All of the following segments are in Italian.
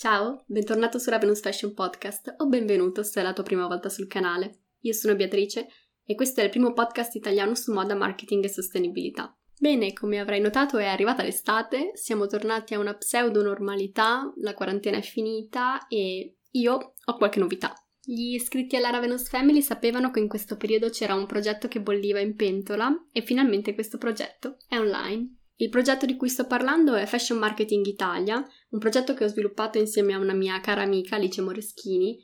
Ciao, bentornato su Ravenous Fashion Podcast o benvenuto se è la tua prima volta sul canale. Io sono Beatrice e questo è il primo podcast italiano su moda, marketing e sostenibilità. Bene, come avrai notato è arrivata l'estate, siamo tornati a una pseudo-normalità, la quarantena è finita e io ho qualche novità. Gli iscritti alla Ravenous Family sapevano che in questo periodo c'era un progetto che bolliva in pentola e finalmente questo progetto è online. Il progetto di cui sto parlando è Fashion Marketing Italia, un progetto che ho sviluppato insieme a una mia cara amica, Alice Moreschini,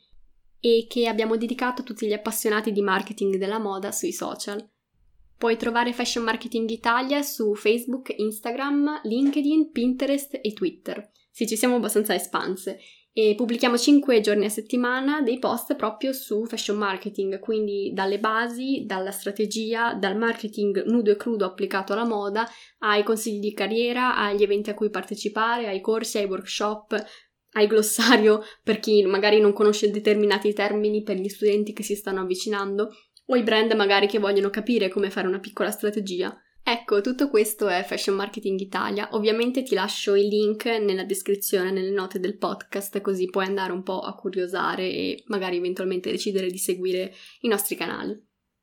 e che abbiamo dedicato a tutti gli appassionati di marketing della moda sui social. Puoi trovare Fashion Marketing Italia su Facebook, Instagram, LinkedIn, Pinterest e Twitter. Sì, ci siamo abbastanza espanse. E pubblichiamo 5 giorni a settimana dei post proprio su fashion marketing, quindi dalle basi, dalla strategia, dal marketing nudo e crudo applicato alla moda, ai consigli di carriera, agli eventi a cui partecipare, ai corsi, ai workshop, ai glossario per chi magari non conosce determinati termini per gli studenti che si stanno avvicinando, o i brand magari che vogliono capire come fare una piccola strategia. Ecco, tutto questo è Fashion Marketing Italia. Ovviamente ti lascio il link nella descrizione, nelle note del podcast, così puoi andare un po' a curiosare e magari eventualmente decidere di seguire i nostri canali.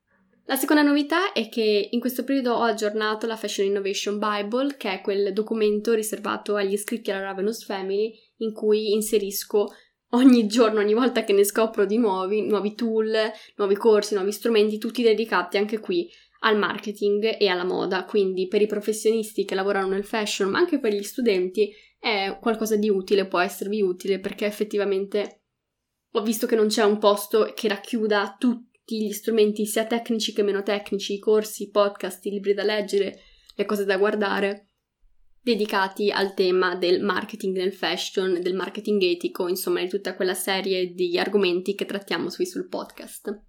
La seconda novità è che in questo periodo ho aggiornato la Fashion Innovation Bible, che è quel documento riservato agli iscritti alla Ravenous Family in cui inserisco ogni giorno, ogni volta che ne scopro di nuovi tool, nuovi corsi, nuovi strumenti, tutti dedicati anche qui al marketing e alla moda, quindi per i professionisti che lavorano nel fashion, ma anche per gli studenti è qualcosa di utile, può esservi utile perché effettivamente ho visto che non c'è un posto che racchiuda tutti gli strumenti sia tecnici che meno tecnici, i corsi, i podcast, i libri da leggere, le cose da guardare, dedicati al tema del marketing nel fashion, del marketing etico, insomma di tutta quella serie di argomenti che trattiamo sul podcast.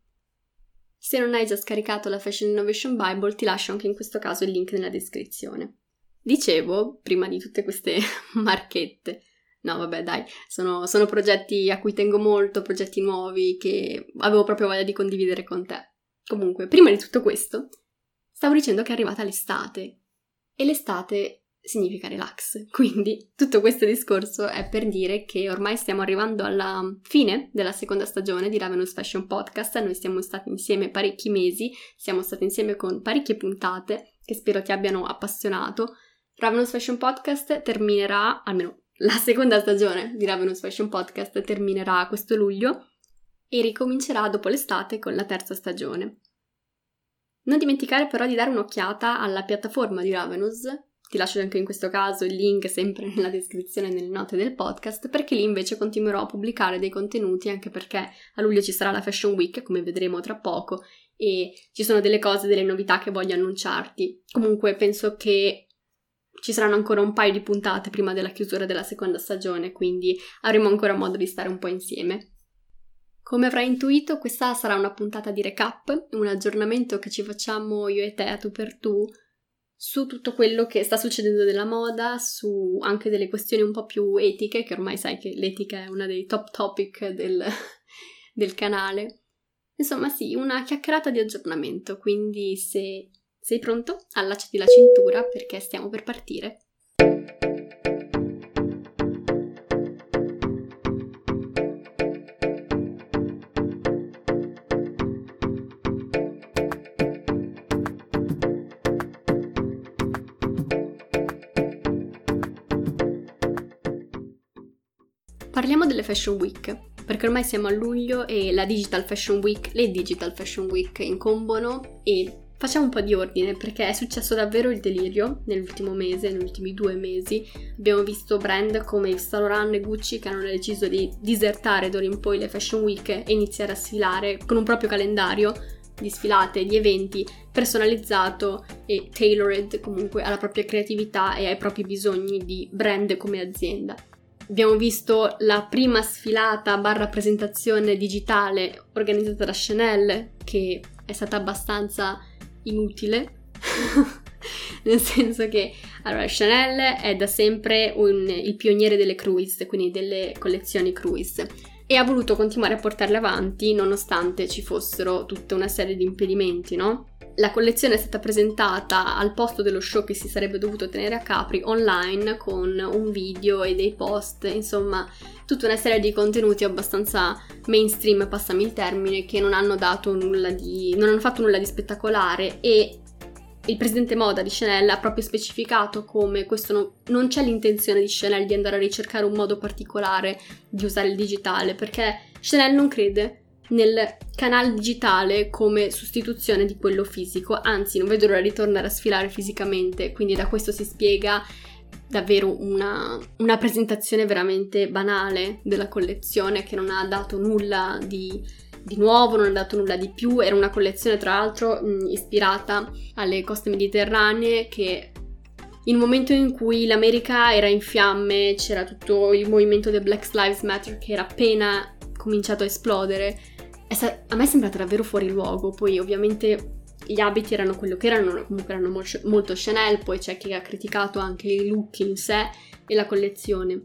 Se non hai già scaricato la Fashion Innovation Bible, ti lascio anche in questo caso il link nella descrizione. Dicevo, prima di tutte queste marchette, no vabbè dai, sono progetti a cui tengo molto, progetti nuovi che avevo proprio voglia di condividere con te. Comunque, prima di tutto questo, stavo dicendo che è arrivata l'estate, e l'estate significa relax, quindi tutto questo discorso è per dire che ormai stiamo arrivando alla fine della seconda stagione di Ravenous Fashion Podcast. Noi siamo stati insieme parecchi mesi, siamo stati insieme con parecchie puntate che spero ti abbiano appassionato. Ravenous Fashion Podcast terminerà, almeno la seconda stagione di Ravenous Fashion Podcast terminerà questo luglio e ricomincerà dopo l'estate con la terza stagione. Non dimenticare però di dare un'occhiata alla piattaforma di Ravenous. Ti lascio anche in questo caso il link sempre nella descrizione e nelle note del podcast, perché lì invece continuerò a pubblicare dei contenuti, anche perché a luglio ci sarà la Fashion Week, come vedremo tra poco, e ci sono delle cose, delle novità che voglio annunciarti. Comunque penso che ci saranno ancora un paio di puntate prima della chiusura della seconda stagione, quindi avremo ancora modo di stare un po' insieme. Come avrai intuito, questa sarà una puntata di recap, un aggiornamento che ci facciamo io e te a tu per tu, su tutto quello che sta succedendo nella moda, su anche delle questioni un po' più etiche, che ormai sai che l'etica è una dei top topic del canale. Insomma sì, una chiacchierata di aggiornamento, quindi se sei pronto, allacciati la cintura perché stiamo per partire. Parliamo delle Fashion Week, perché ormai siamo a luglio e le Digital Fashion Week incombono e facciamo un po' di ordine perché è successo davvero il delirio nell'ultimo mese, negli ultimi 2 mesi. Abbiamo visto brand come Yves Saint Laurent e Gucci che hanno deciso di disertare d'ora in poi le Fashion Week e iniziare a sfilare con un proprio calendario di sfilate, di eventi personalizzato e tailored comunque alla propria creatività e ai propri bisogni di brand come azienda. Abbiamo visto la prima sfilata / presentazione digitale organizzata da Chanel, che è stata abbastanza inutile, nel senso che allora, Chanel è da sempre il pioniere delle cruise, quindi delle collezioni cruise. e ha voluto continuare a portarle avanti nonostante ci fossero tutta una serie di impedimenti, no? La collezione è stata presentata al posto dello show che si sarebbe dovuto tenere a Capri online con un video e dei post, insomma tutta una serie di contenuti abbastanza mainstream, passami il termine, che non hanno fatto nulla di spettacolare, e il presidente moda di Chanel ha proprio specificato come questo non c'è l'intenzione di Chanel di andare a ricercare un modo particolare di usare il digitale, perché Chanel non crede nel canale digitale come sostituzione di quello fisico, anzi non vedo l'ora di tornare a sfilare fisicamente, quindi da questo si spiega davvero una presentazione veramente banale della collezione, che non ha dato nulla di nuovo, non ha dato nulla di più. Era una collezione tra l'altro ispirata alle coste mediterranee, che in un momento in cui l'America era in fiamme, c'era tutto il movimento del Black Lives Matter che era appena cominciato a esplodere, a me è sembrata davvero fuori luogo. Poi ovviamente gli abiti erano quello che erano, comunque erano molto Chanel, poi c'è chi ha criticato anche il look in sé e la collezione.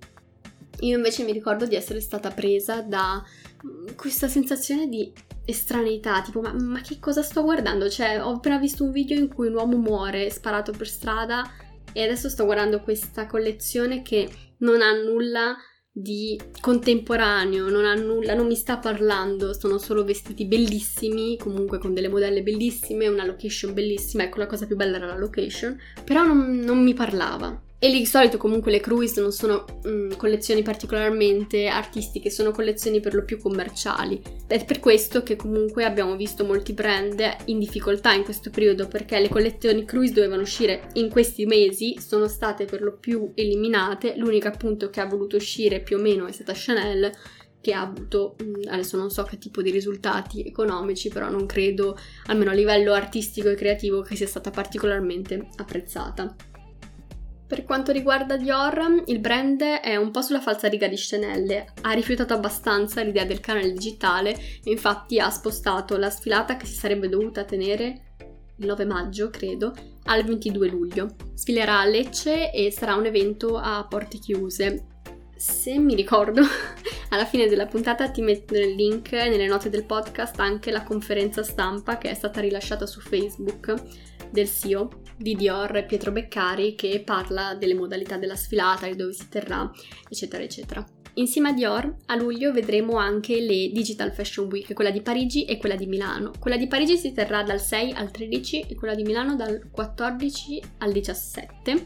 Io invece mi ricordo di essere stata presa da questa sensazione di estraneità, tipo ma che cosa sto guardando? Cioè, ho appena visto un video in cui un uomo muore sparato per strada e adesso sto guardando questa collezione che non ha nulla di contemporaneo, non ha nulla, non mi sta parlando, sono solo vestiti bellissimi, comunque con delle modelle bellissime, una location bellissima. Ecco, la cosa più bella era la location, però non mi parlava. E di solito comunque le cruise non sono collezioni particolarmente artistiche, sono collezioni per lo più commerciali. È per questo che comunque abbiamo visto molti brand in difficoltà in questo periodo, perché le collezioni cruise dovevano uscire in questi mesi, sono state per lo più eliminate. L'unica appunto che ha voluto uscire più o meno è stata Chanel, che ha avuto, adesso non so che tipo di risultati economici, però non credo, almeno a livello artistico e creativo, che sia stata particolarmente apprezzata. Per quanto riguarda Dior, il brand è un po' sulla falsariga di Chanel, ha rifiutato abbastanza l'idea del canale digitale e infatti ha spostato la sfilata che si sarebbe dovuta tenere il 9 maggio, credo, al 22 luglio. Sfilerà a Lecce e sarà un evento a porte chiuse. Se mi ricordo, alla fine della puntata ti metto nel link nelle note del podcast anche la conferenza stampa che è stata rilasciata su Facebook del CEO di Dior, Pietro Beccari, che parla delle modalità della sfilata, di dove si terrà, eccetera eccetera. Insieme a Dior a luglio vedremo anche le Digital Fashion Week, quella di Parigi e quella di Milano. Quella di Parigi si terrà dal 6 al 13 e quella di Milano dal 14 al 17.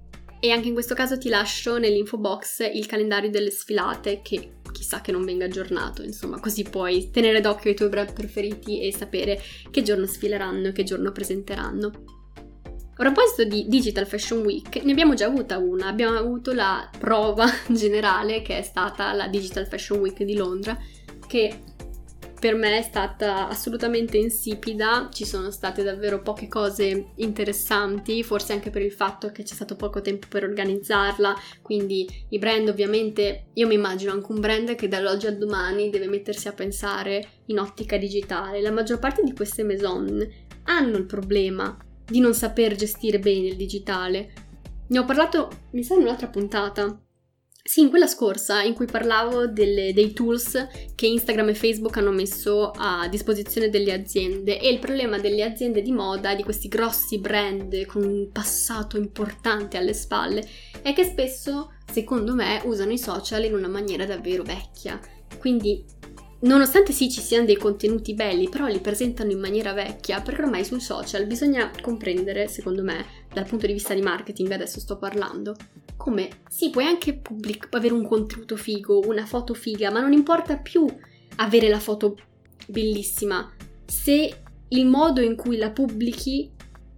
E anche in questo caso ti lascio nell'info box il calendario delle sfilate, che chissà che non venga aggiornato, insomma, così puoi tenere d'occhio i tuoi brand preferiti e sapere che giorno sfileranno e che giorno presenteranno. Ora, a proposito di Digital Fashion Week, ne abbiamo già avuta una, abbiamo avuto la prova generale che è stata la Digital Fashion Week di Londra, che per me è stata assolutamente insipida. Ci sono state davvero poche cose interessanti, forse anche per il fatto che c'è stato poco tempo per organizzarla, quindi i brand, ovviamente, io mi immagino anche un brand che dall'oggi al domani deve mettersi a pensare in ottica digitale. La maggior parte di queste maison hanno il problema di non saper gestire bene il digitale. Ne ho parlato, mi sa, in un'altra puntata. Sì, in quella scorsa, in cui parlavo dei tools che Instagram e Facebook hanno messo a disposizione delle aziende, e il problema delle aziende di moda, di questi grossi brand con un passato importante alle spalle, è che spesso, secondo me, usano i social in una maniera davvero vecchia. Quindi, nonostante sì ci siano dei contenuti belli, però li presentano in maniera vecchia, perché ormai sui social bisogna comprendere, secondo me, dal punto di vista di marketing, adesso sto parlando, come sì, puoi anche avere un contenuto figo, una foto figa, ma non importa più avere la foto bellissima se il modo in cui la pubblichi,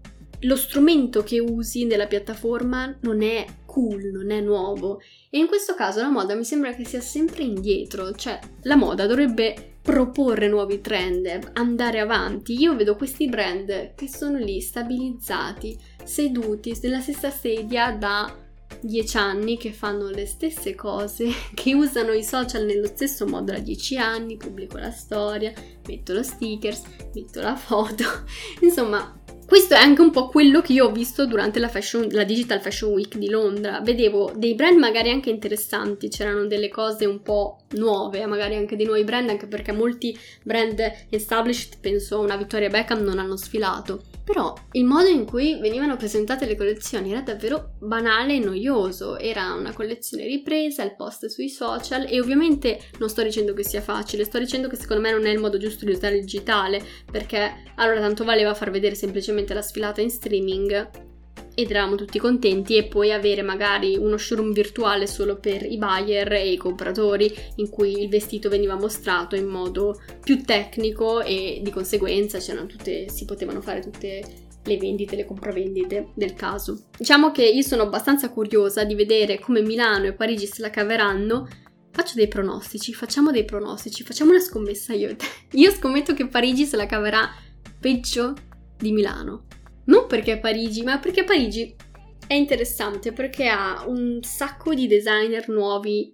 lo strumento che usi nella piattaforma non è cool, non è nuovo. E in questo caso la moda mi sembra che sia sempre indietro, cioè la moda dovrebbe proporre nuovi trend, andare avanti. Io vedo questi brand che sono lì stabilizzati, seduti nella stessa sedia da 10 anni, che fanno le stesse cose, che usano i social nello stesso modo da 10 anni, pubblico la storia, metto lo stickers, metto la foto, insomma. Questo è anche un po' quello che io ho visto durante la Digital Fashion Week di Londra. Vedevo dei brand magari anche interessanti, c'erano delle cose un po' nuove, magari anche di nuovi brand, anche perché molti brand established, penso a una Victoria Beckham, non hanno sfilato. Però il modo in cui venivano presentate le collezioni era davvero banale e noioso. Era una collezione ripresa, il post sui social, e ovviamente non sto dicendo che sia facile, sto dicendo che secondo me non è il modo giusto di usare il digitale, perché allora tanto valeva far vedere semplicemente la sfilata in streaming ed eravamo tutti contenti, e poi avere magari uno showroom virtuale solo per i buyer e i compratori, in cui il vestito veniva mostrato in modo più tecnico e di conseguenza si potevano fare tutte le vendite, le compravendite del caso. Diciamo che io sono abbastanza curiosa di vedere come Milano e Parigi se la caveranno. Facciamo una scommessa io e te. Io scommetto che Parigi se la caverà peggio di Milano. Non perché Parigi, ma perché Parigi è interessante, perché ha un sacco di designer nuovi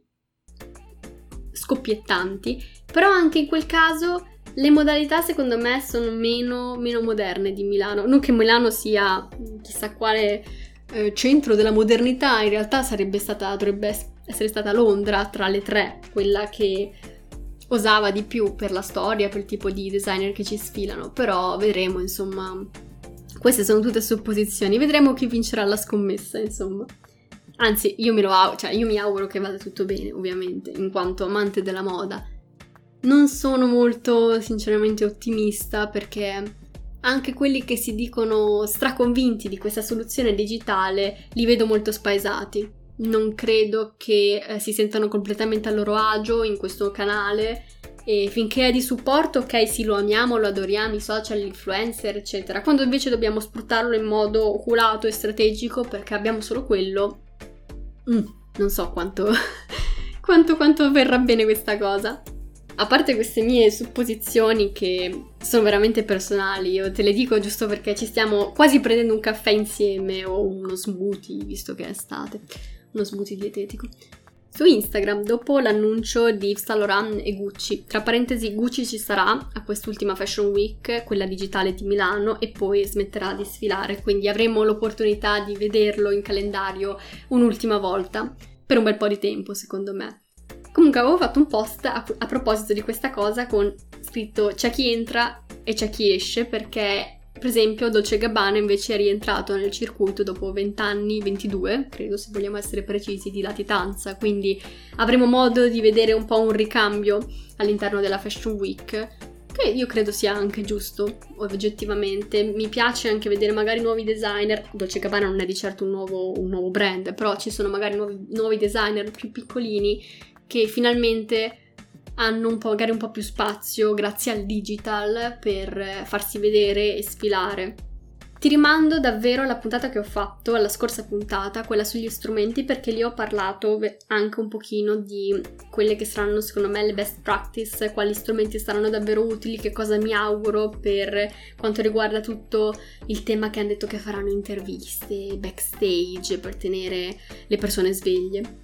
scoppiettanti, però anche in quel caso le modalità secondo me sono meno moderne di Milano. Non che Milano sia chissà quale centro della modernità, in realtà dovrebbe essere stata Londra tra le tre, quella che osava di più per la storia, per il tipo di designer che ci sfilano, però vedremo, insomma. Queste sono tutte supposizioni, vedremo chi vincerà la scommessa, insomma. Anzi, io mi auguro che vada tutto bene, ovviamente, in quanto amante della moda. Non sono molto, sinceramente, ottimista, perché anche quelli che si dicono straconvinti di questa soluzione digitale li vedo molto spaesati. Non credo che si sentano completamente a loro agio in questo canale, e finché è di supporto, ok, sì, lo amiamo, lo adoriamo, i social, gli influencer, eccetera. Quando invece dobbiamo sfruttarlo in modo oculato e strategico perché abbiamo solo quello, non so quanto verrà bene questa cosa. A parte queste mie supposizioni che sono veramente personali, io te le dico giusto perché ci stiamo quasi prendendo un caffè insieme o uno smoothie, visto che è estate, uno smoothie dietetico. Su Instagram, dopo l'annuncio di Yves Saint Laurent e Gucci, tra parentesi Gucci ci sarà a quest'ultima Fashion Week, quella digitale di Milano, e poi smetterà di sfilare, quindi avremo l'opportunità di vederlo in calendario un'ultima volta, per un bel po' di tempo secondo me. Comunque avevo fatto un post a proposito di questa cosa con scritto c'è chi entra e c'è chi esce, perché per esempio Dolce & Gabbana invece è rientrato nel circuito dopo 20 anni, 22, credo se vogliamo essere precisi, di latitanza, quindi avremo modo di vedere un po' un ricambio all'interno della Fashion Week, che io credo sia anche giusto, oggettivamente. Mi piace anche vedere magari nuovi designer. Dolce & Gabbana non è di certo un nuovo brand, però ci sono magari nuovi designer più piccolini che finalmente hanno magari un po' più spazio grazie al digital per farsi vedere e sfilare. Ti rimando davvero alla puntata che ho fatto, alla scorsa puntata, quella sugli strumenti, perché lì ho parlato anche un pochino di quelle che saranno secondo me le best practice, quali strumenti saranno davvero utili, che cosa mi auguro per quanto riguarda tutto il tema che hanno detto che faranno interviste, backstage, per tenere le persone sveglie.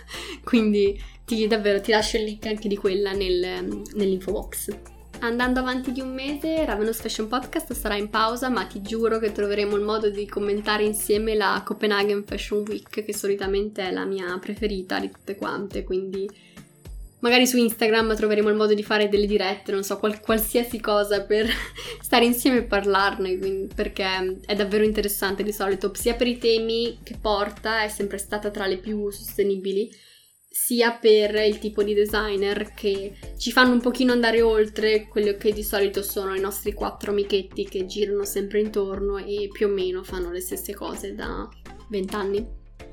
Quindi ti lascio il link anche di quella nell'info box. Andando avanti di un mese, Ravenous Fashion Podcast sarà in pausa, ma ti giuro che troveremo il modo di commentare insieme la Copenaghen Fashion Week, che solitamente è la mia preferita di tutte quante, quindi magari su Instagram troveremo il modo di fare delle dirette, non so, qualsiasi cosa per stare insieme e parlarne, quindi, perché è davvero interessante di solito, sia per i temi che porta, è sempre stata tra le più sostenibili, sia per il tipo di designer che ci fanno un pochino andare oltre quello che di solito sono i nostri 4 amichetti che girano sempre intorno e più o meno fanno le stesse cose da 20 anni.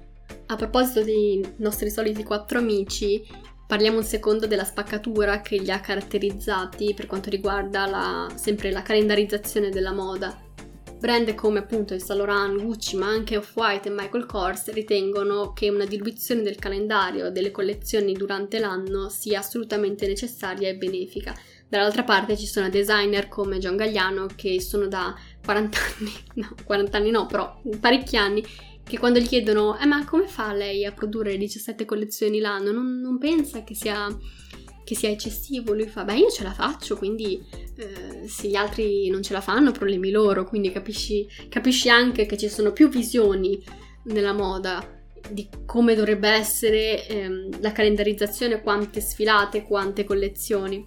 A proposito dei nostri soliti 4 amici, parliamo un secondo della spaccatura che li ha caratterizzati per quanto riguarda sempre la calendarizzazione della moda. Brand come appunto Yves Saint Laurent, Gucci, ma anche Off-White e Michael Kors ritengono che una diluizione del calendario delle collezioni durante l'anno sia assolutamente necessaria e benefica. Dall'altra parte ci sono designer come John Galliano che sono da 40 anni no, però parecchi anni, che quando gli chiedono ma come fa lei a produrre 17 collezioni l'anno? Non pensa che sia eccessivo? Lui fa, io ce la faccio, quindi se gli altri non ce la fanno, problemi loro, quindi capisci anche che ci sono più visioni nella moda di come dovrebbe essere la calendarizzazione, quante sfilate, quante collezioni.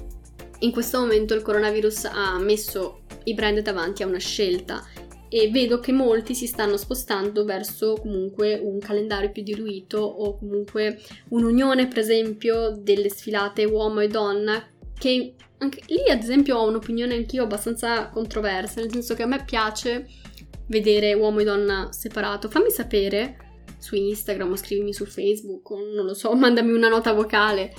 In questo momento il coronavirus ha messo i brand davanti a una scelta e vedo che molti si stanno spostando verso comunque un calendario più diluito o comunque un'unione, per esempio, delle sfilate uomo e donna, che anche lì ad esempio ho un'opinione anch'io abbastanza controversa, nel senso che a me piace vedere uomo e donna separato. Fammi sapere su Instagram o scrivimi su Facebook o non lo so, mandami una nota vocale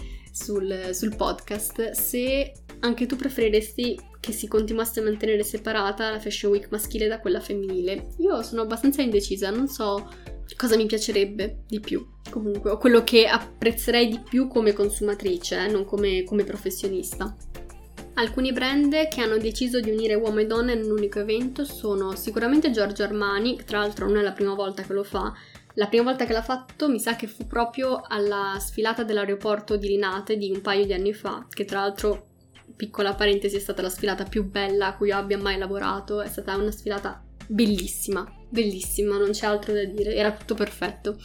sul podcast se anche tu preferiresti che si continuasse a mantenere separata la Fashion Week maschile da quella femminile. Io sono abbastanza indecisa, non so cosa mi piacerebbe di più, comunque, o quello che apprezzerei di più come consumatrice, non come professionista. Alcuni brand che hanno deciso di unire uomo e donna in un unico evento sono sicuramente Giorgio Armani, che tra l'altro non è la prima volta che lo fa. La prima volta che l'ha fatto mi sa che fu proprio alla sfilata dell'aeroporto di Linate di un paio di anni fa, che tra l'altro, piccola parentesi, è stata la sfilata più bella a cui io abbia mai lavorato, è stata una sfilata bellissima, bellissima, non c'è altro da dire, era tutto perfetto.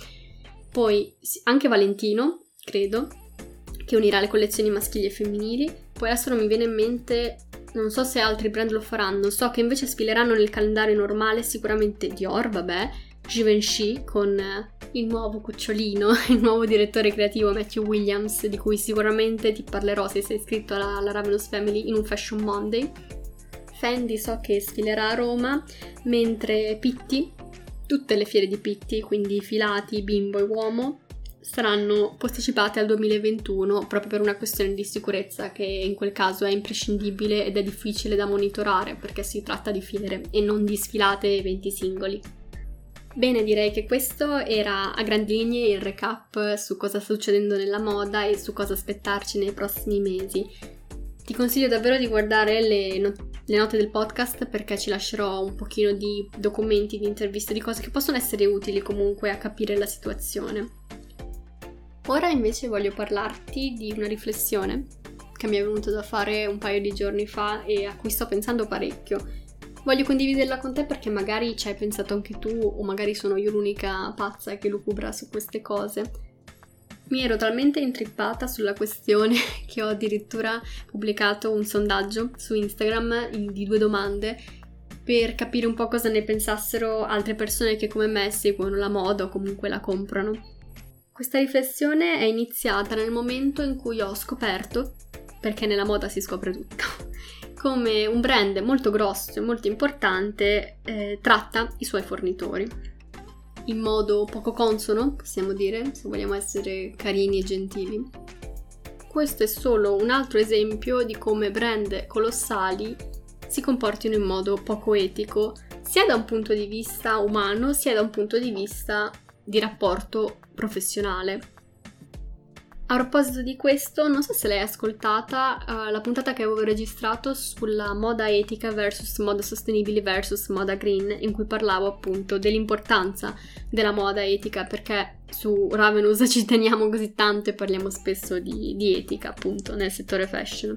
Poi anche Valentino, credo, che unirà le collezioni maschili e femminili. Poi adesso non mi viene in mente, non so se altri brand lo faranno, so che invece sfileranno nel calendario normale sicuramente Dior, vabbè, Givenchy con il nuovo cucciolino, il nuovo direttore creativo Matthew Williams, di cui sicuramente ti parlerò se sei iscritto alla Ravenous Family in un Fashion Monday. Fendi so che sfilerà a Roma, mentre Pitti, tutte le fiere di Pitti, quindi filati, bimbo e uomo, saranno posticipate al 2021 proprio per una questione di sicurezza che in quel caso è imprescindibile ed è difficile da monitorare perché si tratta di fiere e non di sfilate e eventi singoli. Bene, direi che questo era a grandi linee il recap su cosa sta succedendo nella moda e su cosa aspettarci nei prossimi mesi. Ti consiglio davvero di guardare le note del podcast perché ci lascerò un pochino di documenti, di interviste, di cose che possono essere utili comunque a capire la situazione. Ora invece voglio parlarti di una riflessione che mi è venuta da fare un paio di giorni fa e a cui sto pensando parecchio. Voglio condividerla con te perché magari ci hai pensato anche tu o magari sono io l'unica pazza che lucubra su queste cose. Mi ero talmente intrippata sulla questione che ho addirittura pubblicato un sondaggio su Instagram di 2 domande per capire un po' cosa ne pensassero altre persone che come me seguono la moda o comunque la comprano. Questa riflessione è iniziata nel momento in cui ho scoperto, perché nella moda si scopre tutto, come un brand molto grosso e molto importante tratta i suoi fornitori. In modo poco consono, possiamo dire, se vogliamo essere carini e gentili. Questo è solo un altro esempio di come brand colossali si comportino in modo poco etico, sia da un punto di vista umano, sia da un punto di vista di rapporto professionale. A proposito di questo, non so se l'hai ascoltata, la puntata che avevo registrato sulla moda etica versus moda sostenibile versus moda green, in cui parlavo appunto dell'importanza della moda etica, perché su Ravenous ci teniamo così tanto e parliamo spesso di etica appunto nel settore fashion.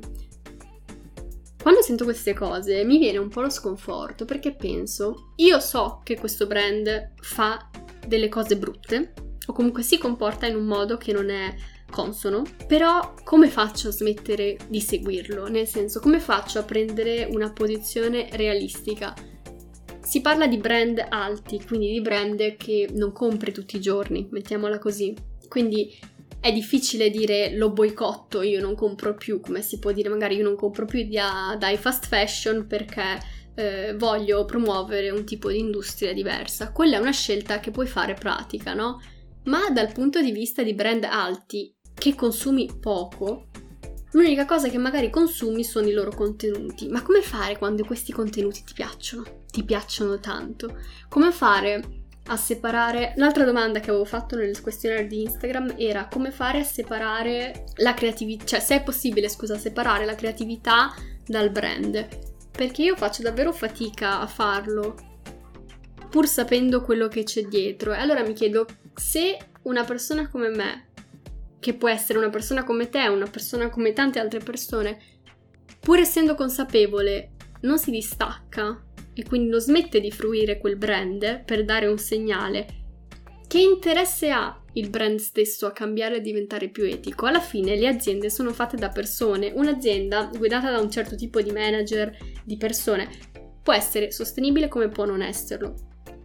Quando sento queste cose mi viene un po' lo sconforto perché penso, io so che questo brand fa delle cose brutte o comunque si comporta in un modo che non è consono, però come faccio a smettere di seguirlo? Nel senso, come faccio a prendere una posizione realistica? Si parla di brand alti, quindi di brand che non compri tutti i giorni, mettiamola così. Quindi è difficile dire lo boicotto, io non compro più, come si può dire magari io non compro più dai fast fashion perché voglio promuovere un tipo di industria diversa. Quella è una scelta che puoi fare pratica, no? Ma dal punto di vista di brand alti, che consumi poco, l'unica cosa che magari consumi sono i loro contenuti. Ma come fare quando questi contenuti ti piacciono? Ti piacciono tanto? Come fare a separare? L'altra domanda che avevo fatto nel questionario di Instagram era come fare a separare la creatività, cioè se è possibile, separare la creatività dal brand. Perché io faccio davvero fatica a farlo, pur sapendo quello che c'è dietro. E allora mi chiedo, se una persona come me, che può essere una persona come te, una persona come tante altre persone, pur essendo consapevole, non si distacca e quindi non smette di fruire quel brand per dare un segnale, Che interesse ha il brand stesso a cambiare e diventare più etico? Alla fine le aziende sono fatte da persone. Un'azienda guidata da un certo tipo di manager, di persone, può essere sostenibile come può non esserlo.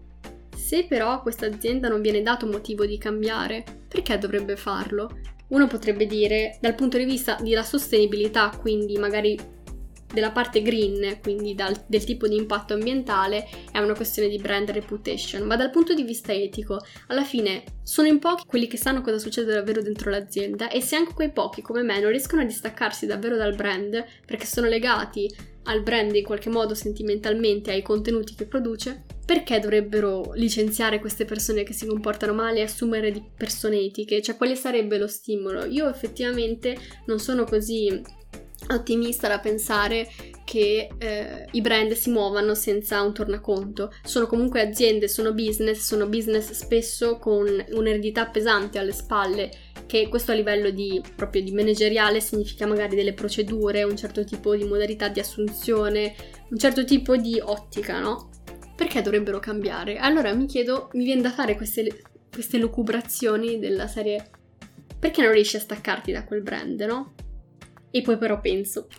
Se però a questa azienda non viene dato motivo di cambiare, perché dovrebbe farlo? Uno potrebbe dire, dal punto di vista della sostenibilità, quindi magari della parte green, quindi del tipo di impatto ambientale, è una questione di brand reputation, ma dal punto di vista etico, alla fine sono in pochi quelli che sanno cosa succede davvero dentro l'azienda, e se anche quei pochi come me non riescono a distaccarsi davvero dal brand, perché sono legati al brand in qualche modo sentimentalmente, ai contenuti che produce, perché dovrebbero licenziare queste persone che si comportano male e assumere di persone etiche? Cioè, quale sarebbe lo stimolo? Io effettivamente non sono così ottimista da pensare che i brand si muovano senza un tornaconto. Sono comunque aziende, sono business spesso con un'eredità pesante alle spalle, che questo a livello proprio di manageriale significa magari delle procedure, un certo tipo di modalità di assunzione, un certo tipo di ottica, no? Perché dovrebbero cambiare? Allora mi viene da fare queste lucubrazioni della serie: perché non riesci a staccarti da quel brand, no? E poi però penso,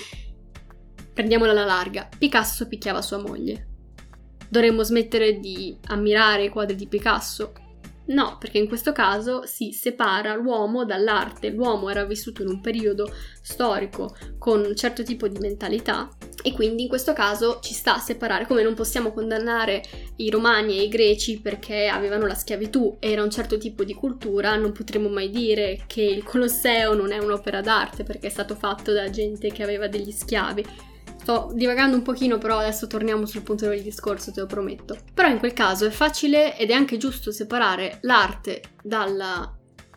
prendiamola alla larga, Picasso picchiava sua moglie. Dovremmo smettere di ammirare i quadri di Picasso? No, perché in questo caso si separa l'uomo dall'arte. L'uomo era vissuto in un periodo storico con un certo tipo di mentalità e quindi in questo caso ci sta a separare, come non possiamo condannare i romani e i greci perché avevano la schiavitù, era un certo tipo di cultura, non potremo mai dire che il Colosseo non è un'opera d'arte perché è stato fatto da gente che aveva degli schiavi. Sto divagando un pochino, però adesso torniamo sul punto del discorso, te lo prometto. Però in quel caso è facile ed è anche giusto separare l'arte dalla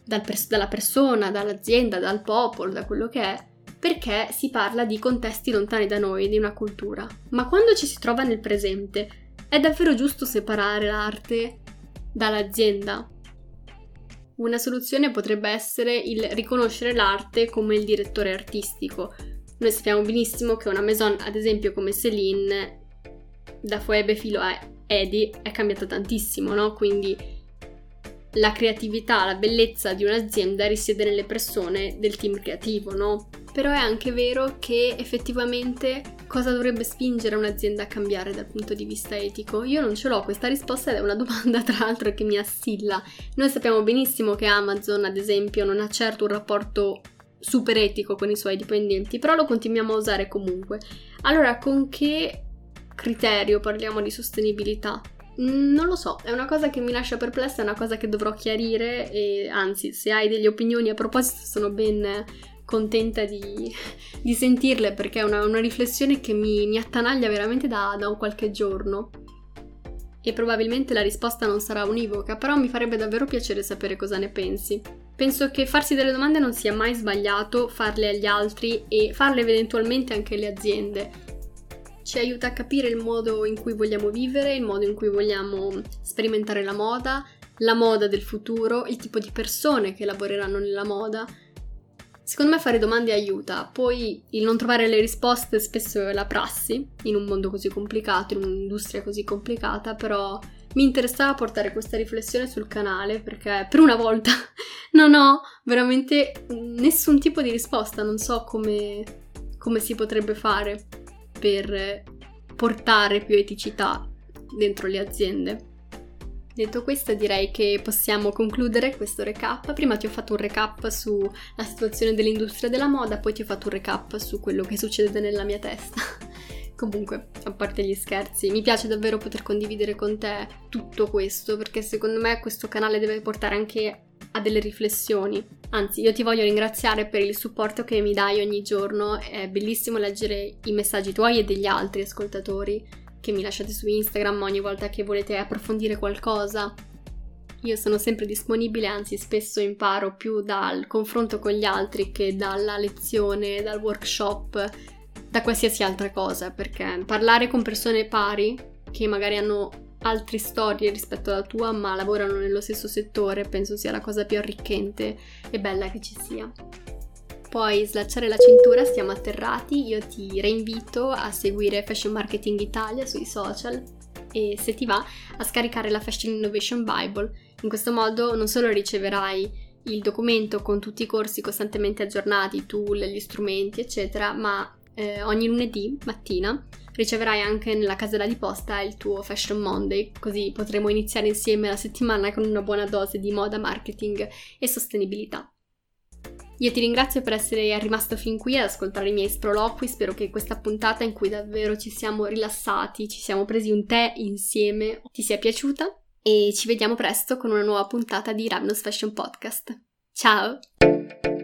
persona, dall'azienda, dal popolo, da quello che è, perché si parla di contesti lontani da noi, di una cultura. Ma quando ci si trova nel presente, è davvero giusto separare l'arte dall'azienda? Una soluzione potrebbe essere il riconoscere l'arte come il direttore artistico. Noi sappiamo benissimo che una maison, ad esempio come Céline, da Phoebe filo a Eddie, è cambiata tantissimo, no? Quindi la creatività, la bellezza di un'azienda risiede nelle persone del team creativo, no? Però è anche vero che effettivamente cosa dovrebbe spingere un'azienda a cambiare dal punto di vista etico? Io non ce l'ho questa risposta ed è una domanda tra l'altro che mi assilla. Noi sappiamo benissimo che Amazon, ad esempio, non ha certo un rapporto super etico con i suoi dipendenti, però lo continuiamo a usare comunque. Allora, con che criterio parliamo di sostenibilità? Non lo so, è una cosa che mi lascia perplessa, è una cosa che dovrò chiarire e anzi, se hai delle opinioni a proposito sono ben contenta di sentirle, perché è una riflessione che mi attanaglia veramente da un qualche giorno e probabilmente la risposta non sarà univoca, però mi farebbe davvero piacere sapere cosa ne pensi. Penso che farsi delle domande non sia mai sbagliato, farle agli altri e farle eventualmente anche alle aziende. Ci aiuta a capire il modo in cui vogliamo vivere, il modo in cui vogliamo sperimentare la moda del futuro, il tipo di persone che lavoreranno nella moda. Secondo me fare domande aiuta, poi il non trovare le risposte spesso è la prassi, in un mondo così complicato, in un'industria così complicata, però mi interessava portare questa riflessione sul canale perché per una volta non ho veramente nessun tipo di risposta, non so come si potrebbe fare per portare più eticità dentro le aziende. Detto questo, direi che possiamo concludere questo recap. Prima ti ho fatto un recap sulla situazione dell'industria della moda, poi ti ho fatto un recap su quello che succede nella mia testa. Comunque, a parte gli scherzi, mi piace davvero poter condividere con te tutto questo, perché secondo me questo canale deve portare anche a delle riflessioni. Anzi, io ti voglio ringraziare per il supporto che mi dai ogni giorno, è bellissimo leggere i messaggi tuoi e degli altri ascoltatori che mi lasciate su Instagram ogni volta che volete approfondire qualcosa. Io sono sempre disponibile, anzi spesso imparo più dal confronto con gli altri che dalla lezione, dal workshop, da qualsiasi altra cosa, perché parlare con persone pari, che magari hanno altre storie rispetto alla tua, ma lavorano nello stesso settore, penso sia la cosa più arricchente e bella che ci sia. Puoi slacciare la cintura, stiamo atterrati, io ti reinvito a seguire Fashion Marketing Italia sui social e, se ti va, a scaricare la Fashion Innovation Bible. In questo modo non solo riceverai il documento con tutti i corsi costantemente aggiornati, i tool, gli strumenti, eccetera, ma ogni lunedì mattina riceverai anche nella casella di posta il tuo Fashion Monday, così potremo iniziare insieme la settimana con una buona dose di moda, marketing e sostenibilità. Io ti ringrazio per essere rimasto fin qui ad ascoltare i miei sproloqui, spero che questa puntata in cui davvero ci siamo rilassati, ci siamo presi un tè insieme, ti sia piaciuta e ci vediamo presto con una nuova puntata di Ravenous Fashion Podcast. Ciao!